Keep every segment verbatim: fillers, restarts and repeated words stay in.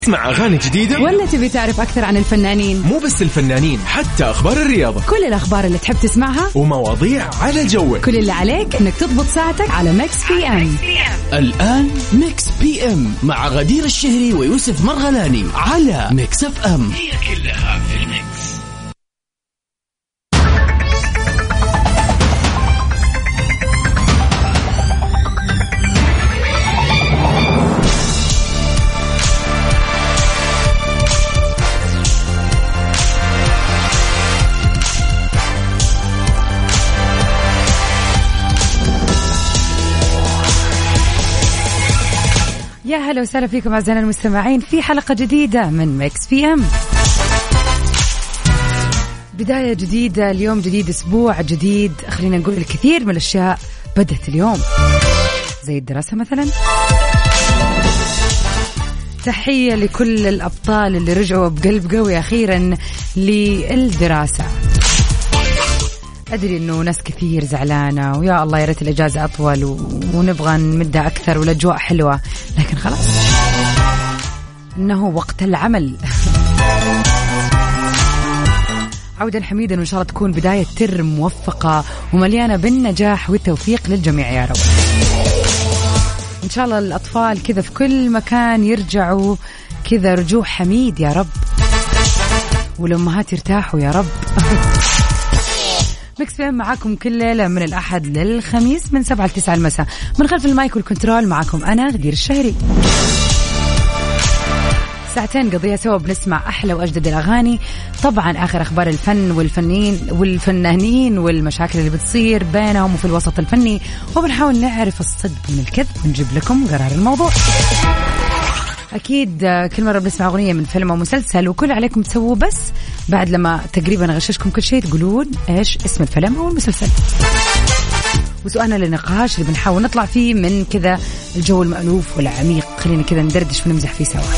اسمع أغاني جديدة ولا تبي تعرف أكثر عن الفنانين؟ مو بس الفنانين، حتى أخبار الرياضة، كل الأخبار اللي تحب تسمعها ومواضيع على جوك. كل اللي عليك إنك تضبط ساعتك على ميكس بي إم. الآن ميكس بي إم مع غدير الشهري ويوسف مرغلاني على ميكس اف ام. هي كلها في الميكس. يا هلا وسهلا فيكم أعزائنا المستمعين في حلقة جديدة من ميكس بي إم. بداية جديدة، اليوم جديد، أسبوع جديد، خلينا نقول الكثير من الأشياء بدأت اليوم زي الدراسة مثلا. تحية لكل الأبطال اللي رجعوا بقلب قوي أخيرا للدراسة. أدري إنه ناس كثير زعلانة ويا الله يا ريت الإجازة أطول و... ونبغى نمدها أكثر والأجواء حلوة، لكن خلاص إنه وقت العمل. عودا حميدا وإن شاء الله تكون بداية ترم موفقة ومليانة بالنجاح والتوفيق للجميع يا رب. إن شاء الله الأطفال كذا في كل مكان يرجعوا كذا رجوع حميد يا رب، والأمهات يرتاحوا يا رب. ميكس بي إم معاكم كل ليلة من الأحد للخميس من سبعة لتسعة المساء، من خلف المايك والكنترول معاكم أنا غدير الشهري. ساعتين قضية سوا بنسمع أحلى وأجدد الأغاني، طبعا آخر أخبار الفن والفنين والفنانين والمشاكل اللي بتصير بينهم وفي الوسط الفني، وبنحاول نعرف الصدق من الكذب ونجيب لكم قرار الموضوع. أكيد كل مرة بنسمع أغنية من فيلم أو مسلسل وكل عليكم تسووا بس بعد لما تقريبا أغششكم كل شيء تقولون إيش اسم الفيلم أو المسلسل. وسؤالنا للنقاش اللي بنحاول نطلع فيه من كذا الجو المألوف والعميق، خلينا كذا ندردش ونمزح فيه سوا.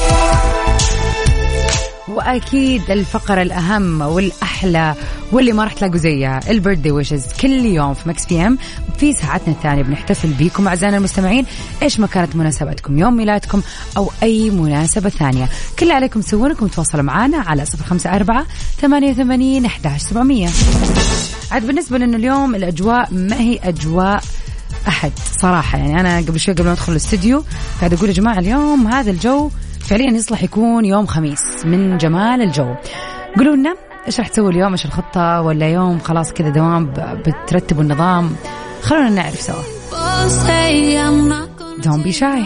وأكيد الفقرة الأهم والأحلى واللي ما راح تلاقوا زيها البيرثدي ويشز كل يوم في ميكس بي إم. في ساعتنا الثانية بنحتفل بيكم أعزائنا المستمعين إيش ما كانت مناسبتكم، يوم ميلادكم أو أي مناسبة ثانية، كل عليكم تسوونكم تواصلوا معنا على صفر خمسة أربعة ثمانية ثمانين أحد عشر سبعمية. عاد بالنسبة لأنه اليوم الأجواء ما هي أجواء أحد صراحة، يعني أنا قبل شوي قبل ما أدخل الاستديو قاعد أقول يا جماعة اليوم هذا الجو فعليا يصلح يكون يوم خميس من جمال الجو. قولوا لنا إيش راح تسوي اليوم، إيش الخطة، ولا يوم خلاص كذا دوام بترتبوا النظام، خلونا نعرف سوا. Don't be shy.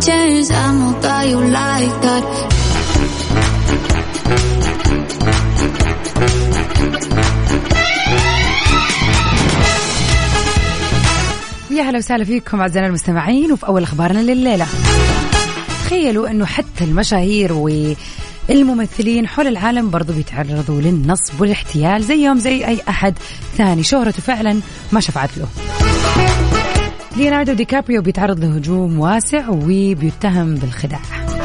يا هلا وسهلا فيكم أعزائنا المستمعين، وفي أول أخبارنا لليلة تخيلوا أنه حتى المشاهير والممثلين حول العالم برضو بيتعرضوا للنصب والاحتيال زيهم زي أي أحد ثاني، شهرته فعلا ما شفعت له. ليوناردو دي كابريو بيتعرض لهجوم واسع وبيتهم بالخداع.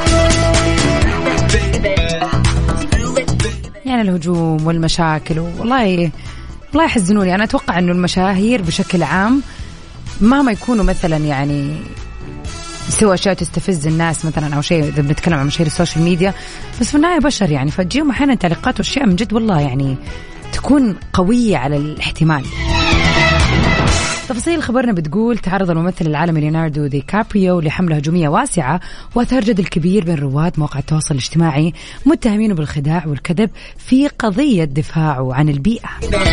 يعني الهجوم والمشاكل والله والله يحزنوني. أنا أتوقع أنه المشاهير بشكل عام مهما يكونوا مثلا يعني يسوي أشياء تستفز الناس مثلا أو شيء، إذا بنتكلم عن مشاهير السوشيال ميديا، بس في النهاية بشر يعني، فتجيهم أحيانا تعليقات وأشياء من جد والله يعني تكون قوية على الاحتمال. تفاصيل خبرنا بتقول تعرض الممثل العالمي ليوناردو دي كابريو لحملة هجومية واسعة وأثار جدل كبير بين رواد مواقع التواصل الاجتماعي متهمينه بالخداع والكذب في قضية دفاعه عن البيئة.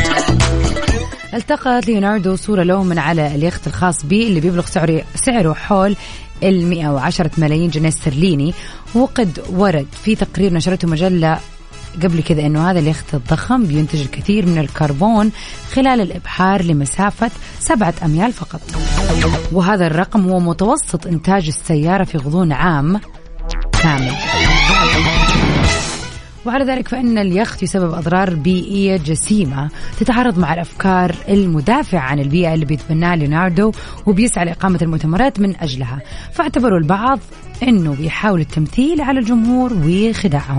التقط ليوناردو صورة له من على اليخت الخاص به اللي بيبلغ سعره, سعره حول المئة وعشرة ملايين جنيه استرليني، وقد ورد في تقرير نشرته مجلة قبل كذا أنه هذا اليخت الضخم بينتج الكثير من الكربون خلال الإبحار لمسافة سبعة أميال فقط، وهذا الرقم هو متوسط إنتاج السيارة في غضون عام كامل. وعلى ذلك فإن اليخت يسبب أضرار بيئية جسيمة تتعارض مع الأفكار المدافعة عن البيئة اللي بيتبناها ليوناردو وبيسعى لإقامة المؤتمرات من أجلها، فاعتبروا البعض أنه بيحاول التمثيل على الجمهور وخداعهم.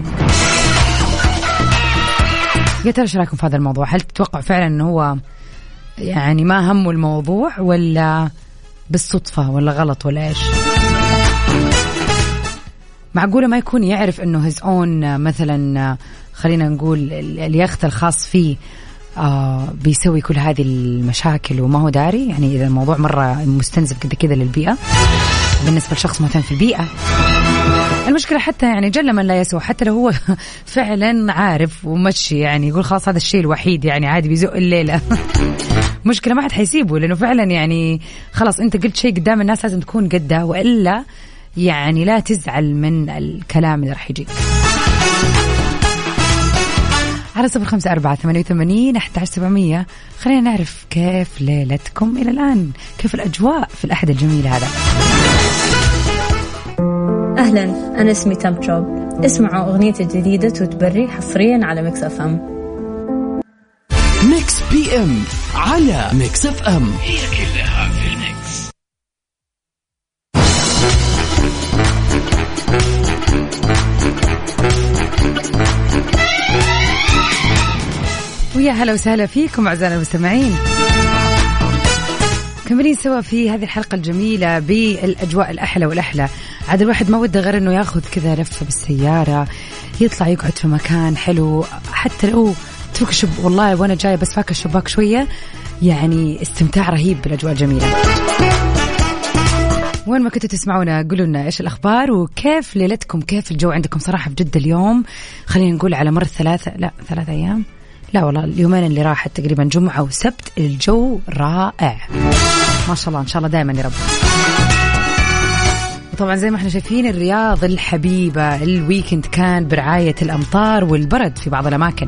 يا ترى ايش رايكم في هذا الموضوع؟ هل تتوقع فعلا أنه هو يعني ما همه الموضوع ولا بالصدفة ولا غلط ولا إيش؟ معقولة ما يكون يعرف أنه his own مثلا خلينا نقول اليخت الخاص فيه آه بيسوي كل هذه المشاكل وما هو داري؟ يعني إذا الموضوع مرة مستنزف كده كده للبيئة بالنسبة لشخص مهتم في البيئة. المشكلة حتى يعني جل من لا يسوى، حتى لو هو فعلا عارف ومشي يعني يقول خلاص هذا الشيء الوحيد يعني عادي بيزق الليلة مشكلة ما حد حيسيبه، لأنه فعلا يعني خلاص أنت قلت شيء قدام الناس لازم تكون قده، وإلا يعني لا تزعل من الكلام اللي راح يجيك. على صفر خمسة أربعة ثمانية وثمانين أحد عشر سبعمية خلينا نعرف كيف ليلتكم إلى الآن، كيف الأجواء في الأحد الجميل هذا. أهلا، أنا اسمي تام تروب. اسمعوا أغنيتي الجديدة توتبري حصريا على ميكس اف ام. ميكس بي ام على ميكس اف ام، هي كلها في الميكس. ويا هلا وسهلا فيكم أعزائنا المستمعين، كملين سوا في هذه الحلقة الجميلة بالأجواء الأحلى والأحلى. عاد الواحد ما وده غير إنه ياخذ كذا لفة بالسيارة، يطلع يقعد في مكان حلو، حتى لو تفك الشب والله وأنا جاي بس فاك الشباك شوية، يعني استمتاع رهيب بالأجواء الجميلة. وين ما كنتوا تسمعونا قولوا لنا إيش الأخبار وكيف ليلتكم، كيف الجو عندكم. صراحة في جدة اليوم خلينا نقول على مر ثلاثة لا ثلاثة أيام لا والله اليومين اللي راحت تقريبا جمعة وسبت الجو رائع ما شاء الله، إن شاء الله دائما يا رب. وطبعا زي ما احنا شايفين الرياض الحبيبة الويكند كان برعاية الأمطار والبرد في بعض الأماكن.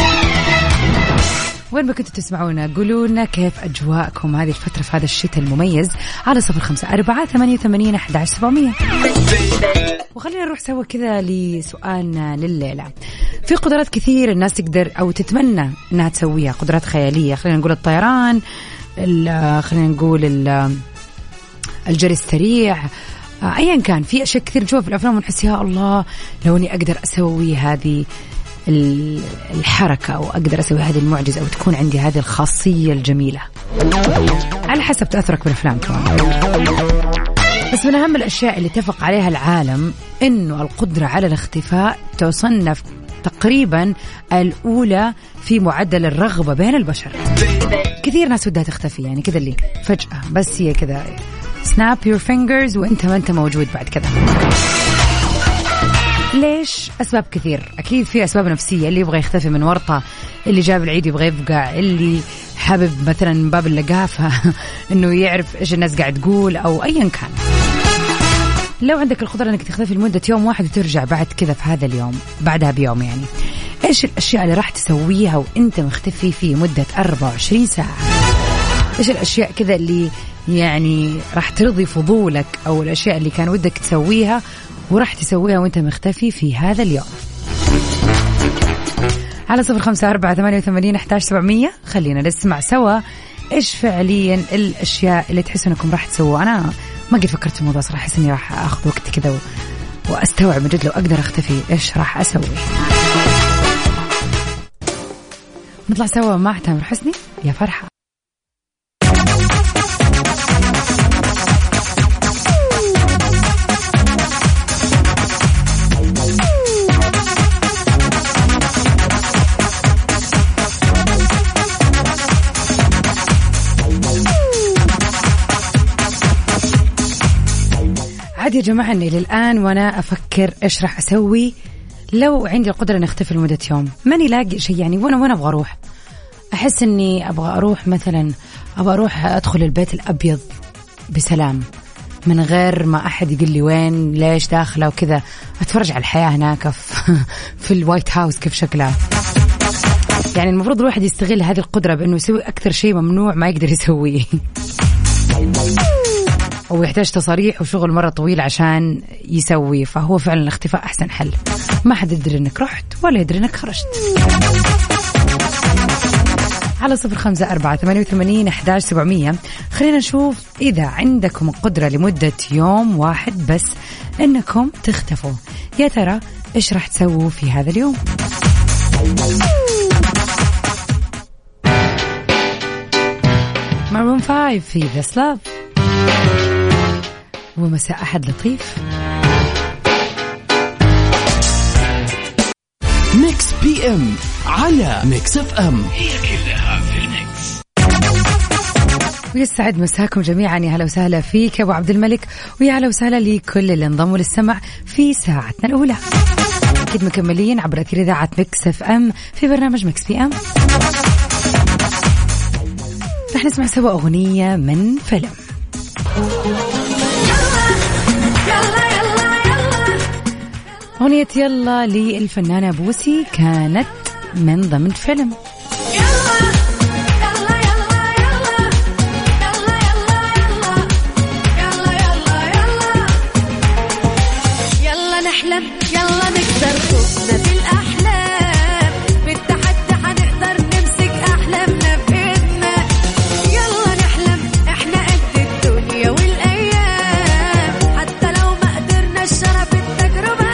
وين ما كنتوا تسمعونا قولوا لنا كيف أجواءكم هذه الفترة في هذا الشتاء المميز على صفر خمسة أربعة ثمانية وثمانين أحد عشر سبعمية. وخلينا نروح سوا كذا لسؤالنا لليلة. في قدرات كثير الناس تقدر أو تتمنى أنها تسويها، قدرات خيالية، خلينا نقول الطيران، خلينا نقول الجري السريع، أيا كان. في أشياء كثير جوا في الأفلام ونحس يا الله لو أني أقدر أسوي هذه الحركة أو أقدر أسوي هذه المعجزة أو تكون عندي هذه الخاصية الجميلة، على حسب تأثرك بالأفلام كمان. بس من أهم الأشياء اللي اتفق عليها العالم إنه القدرة على الاختفاء تصنف تقريبا الأولى في معدل الرغبة بين البشر. كثير ناس ودها تختفي يعني كذا اللي فجأة بس هي كذا snap your fingers وانت ما انت موجود بعد كذا. ليش؟ أسباب كثير، أكيد في أسباب نفسية، اللي يبغى يختفي من ورطة، اللي جاب العيد يبغى يبقى، اللي حابب مثلا من باب اللقافة إنه يعرف إيش الناس قاعد تقول أو أيا كان. لو عندك القدرة إنك تختفي لمدة يوم واحد وترجع بعد كذا في هذا اليوم بعدها بيوم، يعني إيش الأشياء اللي راح تسويها وإنت مختفي في مدة أربعة وعشرين ساعة؟ إيش الأشياء كذا اللي يعني راح ترضي فضولك أو الأشياء اللي كان ودك تسويها وراح تسويها وانت مختفي في هذا اليوم؟ على صفر خمسة أربعة ثمانية وثمانين أحد عشر سبعمية خلينا نسمع سوا إيش فعليا الأشياء اللي تحسوا أنكم راح تسووا. أنا ما قد فكرت في الموضوع صراحة، أحس أني راح أخذ وقت كذا وأستوعب من جد لو أقدر أختفي إيش راح أسوي. نطلع سوا مع تامر حسني يا فرحة. يا جماعة إني للآن وأنا أفكر إيش راح أسوي لو عندي القدرة أن أختفي لمدة يوم، ماني لاقي شيء يعني. وأنا وين أبغى أروح؟ أحس إني أبغى أروح مثلا أبغى أروح أدخل البيت الأبيض بسلام من غير ما أحد يقول لي وين ليش داخله وكذا، أتفرج على الحياة هناك في, في الوايت هاوس كيف شكلها. يعني المفروض الواحد يستغل هذه القدرة بأنه يسوي أكثر شيء ممنوع ما يقدر يسويه ويحتاج تصاريح وشغل مرة طويل عشان يسوي، فهو فعلا الاختفاء أحسن حل. ما حد يدري أنك رحت ولا يدري أنك خرجت. على صفر خمسة أربعة ثمانية وثمانين أحد عشر سبعمية خلينا نشوف إذا عندكم قدرة لمدة يوم واحد بس أنكم تختفوا، يا ترى إيش راح تسووا في هذا اليوم؟ مارون فايف في This Love. ومساء أحد لطيف. بي ام على ميكس اف ام. هي كلها في الميكس. ويسعد مساكم جميعا، يا هلا وسهلا فيك ابو عبد الملك، ويا هلا وسهلا لكل اللي انضموا للسمع في ساعتنا الاولى. اكيد مكملين عبر اثير اذاعه ميكس اف ام في برنامج ميكس بي ام. رح نسمع سوا اغنيه من فيلم. أغنية يلا للفنانة بوسي كانت من ضمن فيلم. يلا نحلم يلا نكسر خوفنا بالأحلام، بالتحدي حنقدر نمسك أحلامنا بإيدنا. يلا نحلم إحنا قد الدنيا والأيام، حتى لو ما قدرنا الشرف التجربة.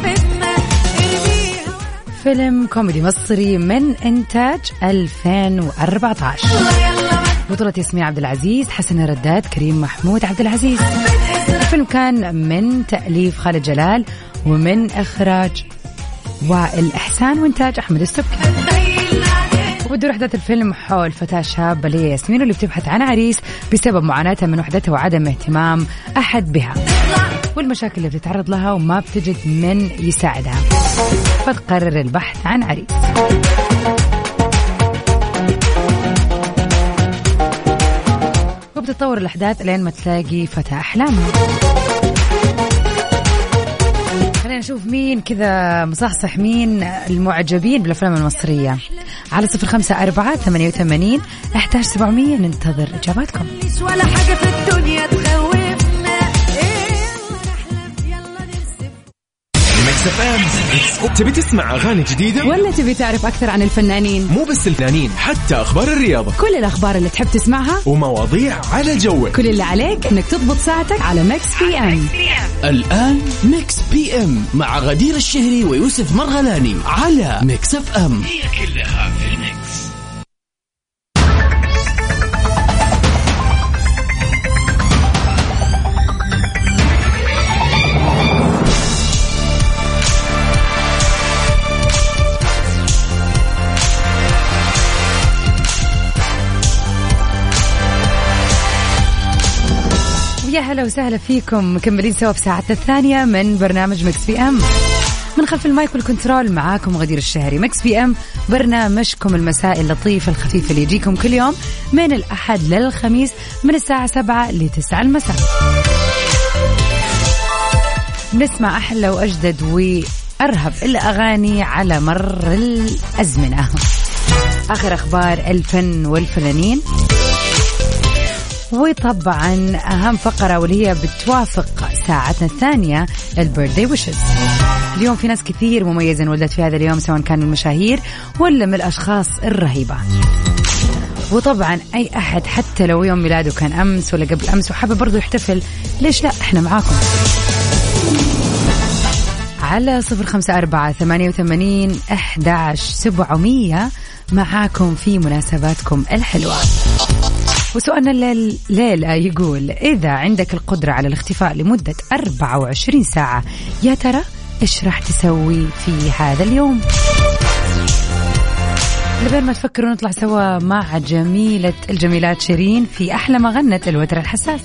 فيلم كوميدي مصري من إنتاج ألفين وأربعة عشر، بطولة ياسمين عبد العزيز، حسن الرداد، كريم محمود عبد العزيز. الفيلم كان من تأليف خالد جلال ومن إخراج وائل إحسان وإنتاج أحمد السبكي. وبدور أحداث الفيلم حول فتاة شابة اللي هي ياسمين، واللي بتبحث عن عريس بسبب معاناتها من وحدتها وعدم اهتمام أحد بها، والمشاكل اللي بتتعرض لها وما بتجد من يساعدها، فتقرر البحث عن عريس. وبتتطور الأحداث لين ما تلاقي فتاة أحلامها. خلينا نشوف مين كذا مصحصح، مين المعجبين بالأفلام المصرية. على صفر خمسة أربعة ثمانية وثمانين أحد عشر سبعمية ننتظر إجاباتكم. ولا حاجة في الدنيا تخوفنا. تبي تسمع أغاني جديدة ولا تبي تعرف أكثر عن الفنانين؟ مو بس الفنانين، حتى أخبار الرياضة، كل الأخبار اللي تحب تسمعها ومواضيع على جوك. كل اللي عليك إنك تضبط ساعتك على ميكس بي ام. الآن ميكس بي ام مع غدير الشهري ويوسف مرغلاني على ميكس اف ام. هي كلها في الميكس. يا هلا وسهلا فيكم، مكملين سوا في ساعتنا الثانية من برنامج ميكس بي ام. من خلف المايك والكنترول معاكم غدير الشهري. ميكس بي ام برنامجكم المسائي اللطيف الخفيف اللي يجيكم كل يوم من الأحد للخميس من الساعة سبعة لتسعة المساء. نسمع أحلى وأجدد وأرهب الأغاني على مر الأزمنة، آخر أخبار الفن والفنانين، وطبعا أهم فقرة واللي هي بتوافق ساعتنا الثانية البيرثدي ويشز. اليوم في ناس كثير مميزة انولدت في هذا اليوم، سواء كانوا المشاهير ولا من الأشخاص الرهيبة. وطبعا أي أحد حتى لو يوم ميلاده كان أمس ولا قبل أمس وحابب برضو يحتفل، ليش لا؟ احنا معاكم على صفر خمسة أربعة ثمانية وثمانين أحد عشر سبعمية معاكم في مناسباتكم الحلوة. وسؤالنا الليلة يقول: إذا عندك القدرة على الاختفاء لمدة أربعة وعشرين ساعة، يا ترى إيش راح تسوي في هذا اليوم؟ لبين ما تفكروا نطلع سوا مع جميلة الجميلات شيرين في أحلى ما غنت الوتر الحساس.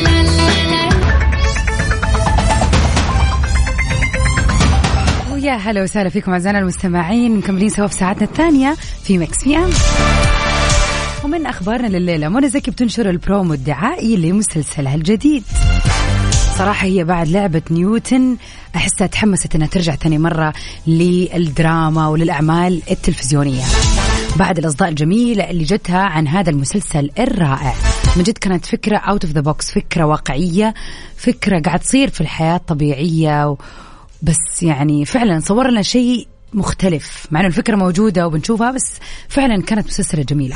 ويا هلا وسهلا فيكم أعزائنا المستمعين، مكملين سوا في ساعتنا الثانية في ميكس بي ام. ومن أخبارنا لليلة، منى زكي بتنشر البرومو الدعائي لمسلسلها الجديد. صراحة هي بعد لعبة نيوتن أحسها تحمست أنها ترجع تاني مرة للدراما وللأعمال التلفزيونية بعد الأصداء الجميلة اللي جتها عن هذا المسلسل الرائع. من جد كانت فكرة out of the box، فكرة واقعية، فكرة قاعد تصير في الحياة الطبيعية و... بس يعني فعلا صور لنا شيء مختلف، مع أن الفكرة موجودة وبنشوفها، بس فعلا كانت مسلسلة جميلة.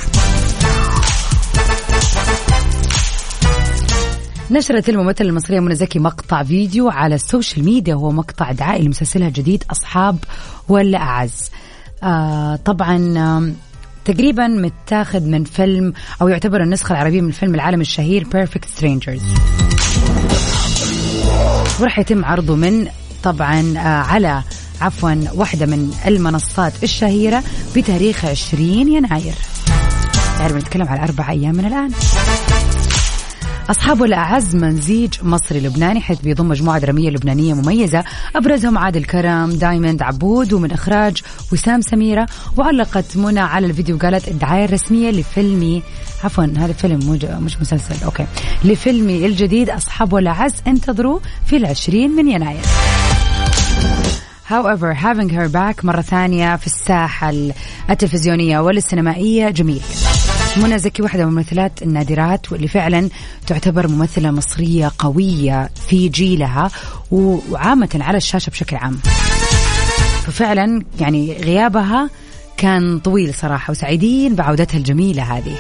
نشرت الممثلة المصرية منى زكي مقطع فيديو على السوشيال ميديا، وهو مقطع دعائي لمسلسلها الجديد أصحاب ولا أعز. آه طبعا آه تقريبا متاخذ من فيلم، أو يعتبر النسخة العربية من فيلم العالم الشهير Perfect Strangers، ورح يتم عرضه من طبعا آه على عفوا واحدة من المنصات الشهيرة بتاريخ عشرين يناير، يعني بنتكلم على أربع أيام من الآن. أصحابه الأعز مزيج مصري لبناني، حيث بيضم مجموعة درامية لبنانية مميزة أبرزهم عادل كرم، دايموند عبود، ومن إخراج وسام سميرة. وعلقت منى على الفيديو قالت الدعاية الرسمية لفيلمي، عفوا هذا فيلم مش مسلسل، أوكي، لفيلمي الجديد أصحابه الأعز انتظروا في العشرين من يناير. However, having her back مرة ثانية في الساحة التلفزيونية والسينمائية جميل. منى زكي واحدة من الممثلات النادرات واللي فعلا تعتبر ممثلة مصرية قوية في جيلها وعامة على الشاشة بشكل عام، ففعلا يعني غيابها كان طويل صراحة، وسعيدين بعودتها الجميلة هذه.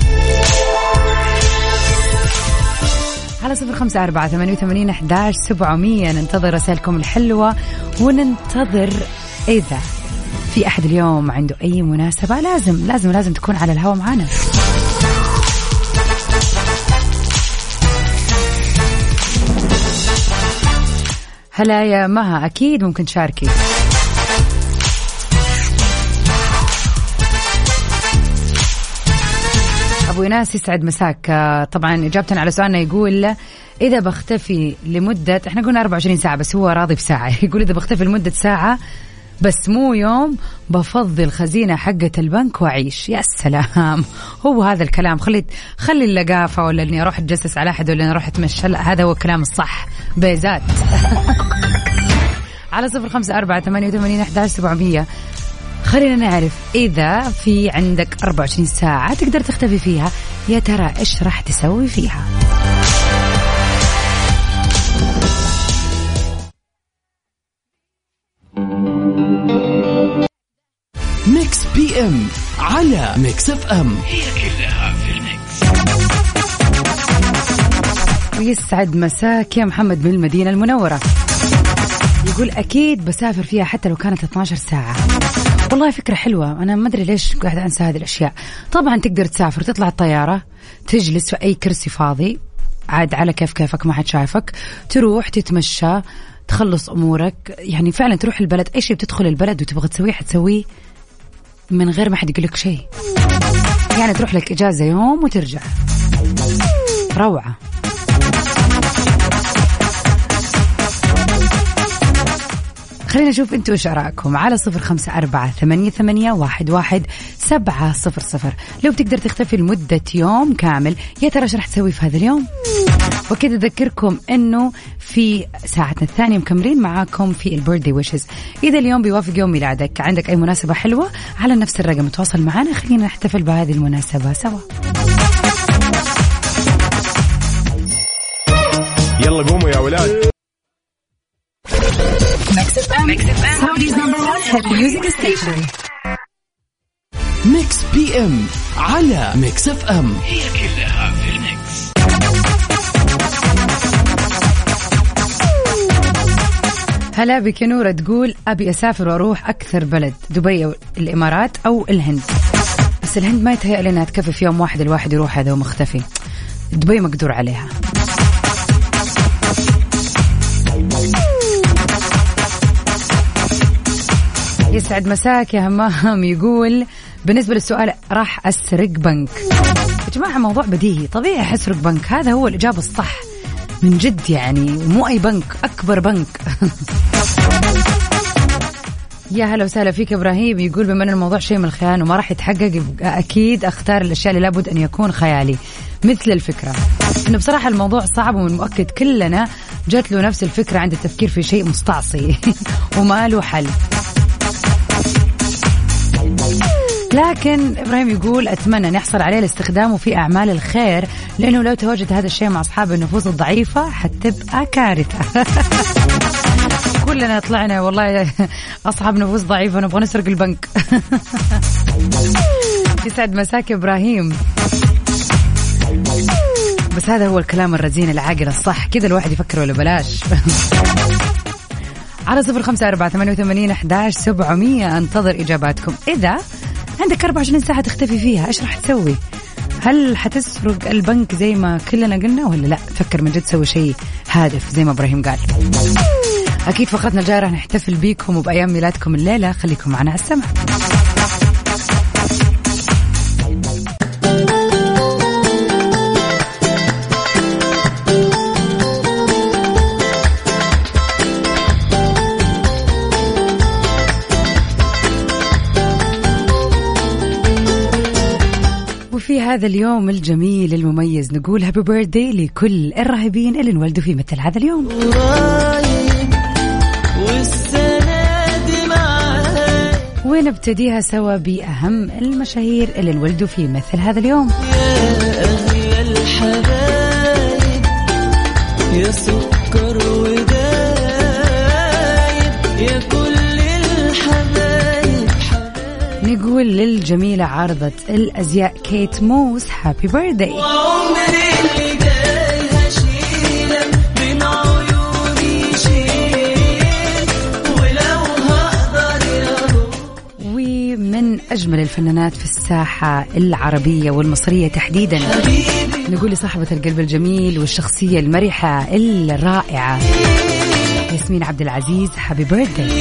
على صفر خمسة أربعة ثمانية وثمانين أحداش سبعمية ننتظر رسائلكم الحلوة، وننتظر إذا في أحد اليوم عنده أي مناسبة لازم لازم لازم تكون على الهواء معنا. هلا يا مها، أكيد ممكن تشاركي. أبو إناس يسعد مساك. طبعا إجابة على سؤالنا يقول إذا بختفي لمدة، إحنا قلنا أربعة وعشرين ساعة بس هو راضي بساعة. يقول إذا بختفي لمدة ساعة بس مو يوم، بفضل خزينة حقة البنك وأعيش. يا سلام، هو هذا الكلام. خلي خلي اللقافة ولا إني أروح أتجسس على أحد ولا إني أروح أتمشى، لا هذا هو الكلام الصح بيزات. على صفر خمسة أربعة ثمانية وثمانين أحداش سبعمية خلينا نعرف إذا في عندك أربعة وعشرين ساعة تقدر تختفي فيها، يا ترى إيش راح تسوي فيها؟ ميكس بي ام على ميكس اف ام، هي كلها في الميكس. ويسعد مساك يا محمد من المدينة المنورة. يقول أكيد بسافر فيها حتى لو كانت اثنتي عشرة ساعة. والله فكرة حلوة، أنا ما أدري ليش قاعدة أنسى هذه الأشياء. طبعا تقدر تسافر، تطلع الطيارة، تجلس في أي كرسي فاضي عاد على كيف كيفك، ما حد شايفك، تروح تتمشى، تخلص أمورك، يعني فعلا تروح البلد. أي شيء بتدخل البلد وتبغى تسويه حتسويه من غير ما حد يقول لك شيء، يعني تروح لك إجازة يوم وترجع، روعة. خلينا نشوف انتوا ايش آراءكم على صفر خمسة أربعة ثمانية ثمانية واحد واحد سبعة صفر صفر. لو بتقدر تختفي لمدة يوم كامل، يا ترى ايش راح تسوي في هذا اليوم؟ وكذا أذكركم انه في ساعتنا الثانية مكملين معاكم في البيرثدي ويشز. اذا اليوم بيوافق يوم ميلادك، عندك اي مناسبة حلوة، على نفس الرقم تواصل معنا، خلينا نحتفل بهذه المناسبة سوا. يلا قوموا يا ولاد. ميكس بي ام على ميكس اف ام، هي كلها في الميكس. هلا بك يا نورة، تقول أبي أسافر وأروح أكثر بلد، دبي أو الإمارات أو الهند، بس الهند ما يتهيأ لي أنها تكفي في يوم واحد الواحد يروح هذا ومختفي. دبي مقدور عليها. يسعد مساك يا همام. يقول بالنسبة للسؤال راح أسرق بنك. يا جماعة موضوع بديهي، طبيعي أسرق بنك، هذا هو الإجابة الصح من جد، يعني مو أي بنك، أكبر بنك. يا هلا وسهلا فيك إبراهيم. يقول بما أن الموضوع شيء من الخيال وما راح يتحقق، أكيد أختار الأشياء اللي لابد أن يكون خيالي، مثل الفكرة إنه بصراحة الموضوع صعب، ومن مؤكد كلنا جات له نفس الفكرة عند التفكير في شيء مستعصي وما له حل. لكن إبراهيم يقول أتمنى أن يحصل عليه الاستخدام في أعمال الخير، لأنه لو تواجد هذا الشيء مع أصحاب النفوس الضعيفة حتبقى كارثة. كلنا طلعنا والله أصحاب نفوس ضعيفة نبغى نسرق البنك. يسعد مساك إبراهيم. بس هذا هو الكلام الرزين العاقل الصح، كذا الواحد يفكر ولا بلاش. على صفر خمسة أربعة ثمانية وثمانين أحداش سبعمية أنتظر إجاباتكم. إذا عندك أربعة وعشرين ساعة تختفي فيها، إيش راح تسوي؟ هل حتسرق البنك زي ما كلنا قلنا، ولا لا تفكر من جد تسوي شيء هادف زي ما إبراهيم قال؟ أكيد فقرتنا الجاية راح نحتفل بيكم وبأيام ميلادكم الليلة، خليكم معنا على السمع. وفي هذا اليوم الجميل المميز نقول هابي بيرثدي لكل الراهبين اللي انولدوا في مثل هذا اليوم. ونبتديها سوا بأهم المشاهير اللي انولدوا في مثل هذا اليوم. يا أغلى الحبايب يا سكر ودايب يا كل الحبايب. نقول للجميلة عارضة الأزياء كيت موس هابي بيرثدي. ومن أجمل الفنانات في الساحة العربية والمصرية تحديدا نقول لصاحبة القلب الجميل والشخصية المرحة الرائعة ياسمين عبد العزيز هابي بيرثدي.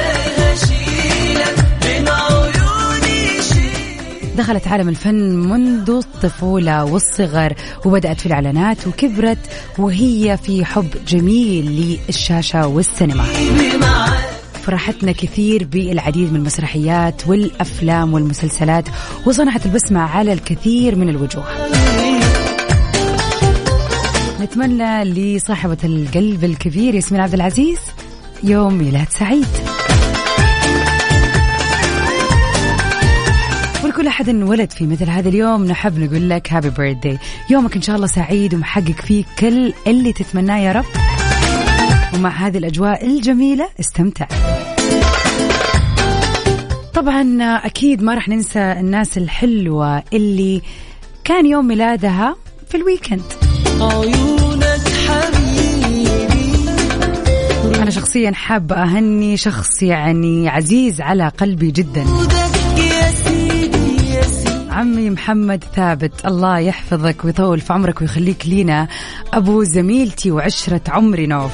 دخلت عالم الفن منذ الطفولة والصغر وبدأت في الإعلانات وكبرت وهي في حب جميل للشاشة والسينما. فرحتنا كثير بالعديد من المسرحيات والأفلام والمسلسلات وصنعت البسمة على الكثير من الوجوه. نتمنى لصاحبة القلب الكبير ياسمين عبد العزيز يوم ميلاد سعيد. ولكل أحد انولد في مثل هذا اليوم نحب نقول لك هابي بيرثدي، يومك إن شاء الله سعيد ومحقق فيه كل اللي تتمناه يا رب. ومع هذه الأجواء الجميلة استمتع. طبعا أكيد ما رح ننسى الناس الحلوة اللي كان يوم ميلادها في الويكند. عيونك حبيبي. أنا شخصيا حابة أهني شخص يعني عزيز على قلبي جدا، عمي محمد ثابت، الله يحفظك ويطول في عمرك ويخليك لينا، أبو زميلتي وعشرة عمري نوف.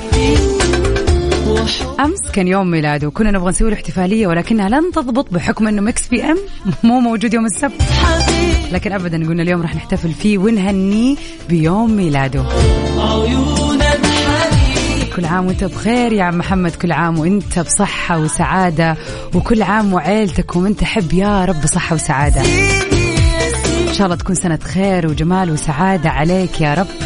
أمس كان يوم ميلاده وكنا نبغى نسوي له احتفالية ولكنها لن تضبط بحكم أنه مكس بي أم مو موجود يوم السبت، لكن أبدا قلنا اليوم راح نحتفل فيه ونهنيه بيوم ميلاده. كل عام وانت بخير يا عم محمد، كل عام وانت بصحة وسعادة، وكل عام وعيلتك وانت حب يا رب بصحة وسعادة. إن شاء الله تكون سنة خير وجمال وسعادة عليك يا رب.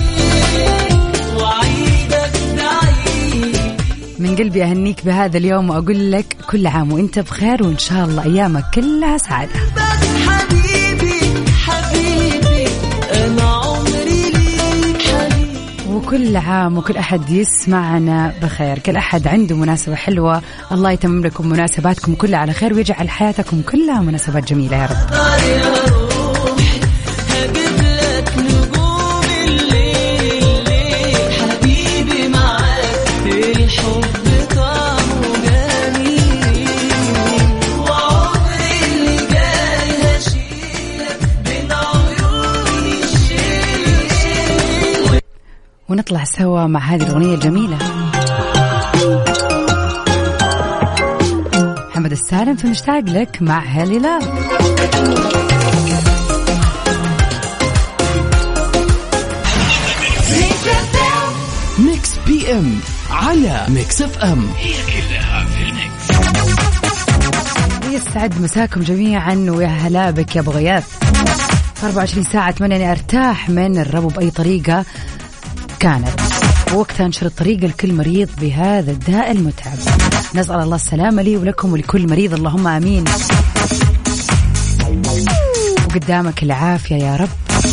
من قلبي أهنيك بهذا اليوم وأقول لك كل عام وانت بخير وإن شاء الله أيامك كلها سعادة. حبيبي حبيبي أنا عمري ليك حبيبي. وكل عام وكل أحد يسمعنا بخير، كل أحد عنده مناسبة حلوة الله يتمم لكم مناسباتكم كلها على خير ويجعل حياتكم كلها مناسبات جميلة يا رب. ونطلع سوا مع هذه الأغنية الجميلة. محمد السالم في مشتاق لك مع هالي لاف. ميكس بي ام على ميكس اف ام، هي كلها في الميكس. يسعد مساكم جميعا ويا هلا بك يا ابو غياث. أربعة وعشرين ساعة أتمنى أني أرتاح من الربو بأي طريقة كانت، ووقتها انشر الطريق لكل مريض بهذا الداء المتعب. نسأل الله السلامة لي ولكم ولكل مريض، اللهم آمين. وقدامك العافية يا رب.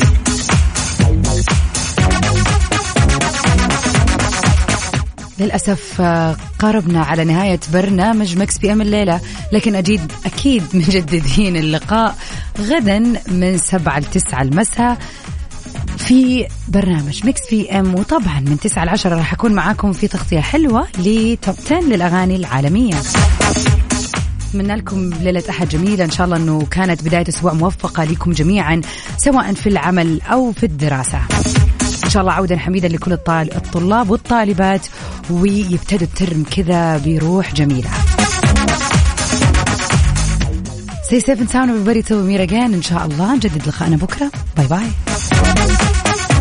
للأسف قربنا على نهاية برنامج مكس بي ام الليلة، لكن أجيد أكيد مجددين اللقاء غدا من سبعة لتسعة المساء في برنامج ميكس بي ام، وطبعا من تسعة لعشرة راح أكون معاكم في تغطية حلوة لتوب عشرة للأغاني العالمية. أتمنى لكم ليلة أحد جميلة، إن شاء الله أنه كانت بداية أسبوع موفقة لكم جميعا سواء في العمل أو في الدراسة. إن شاء شاء الله عودا حميدا لكل الطال... الطلاب والطالبات، ويبتدوا الترم كذا بروح جميلة. Stay safe and sound everybody till we meet again. إن شاء الله نجدد لقاءنا بكرة. باي باي.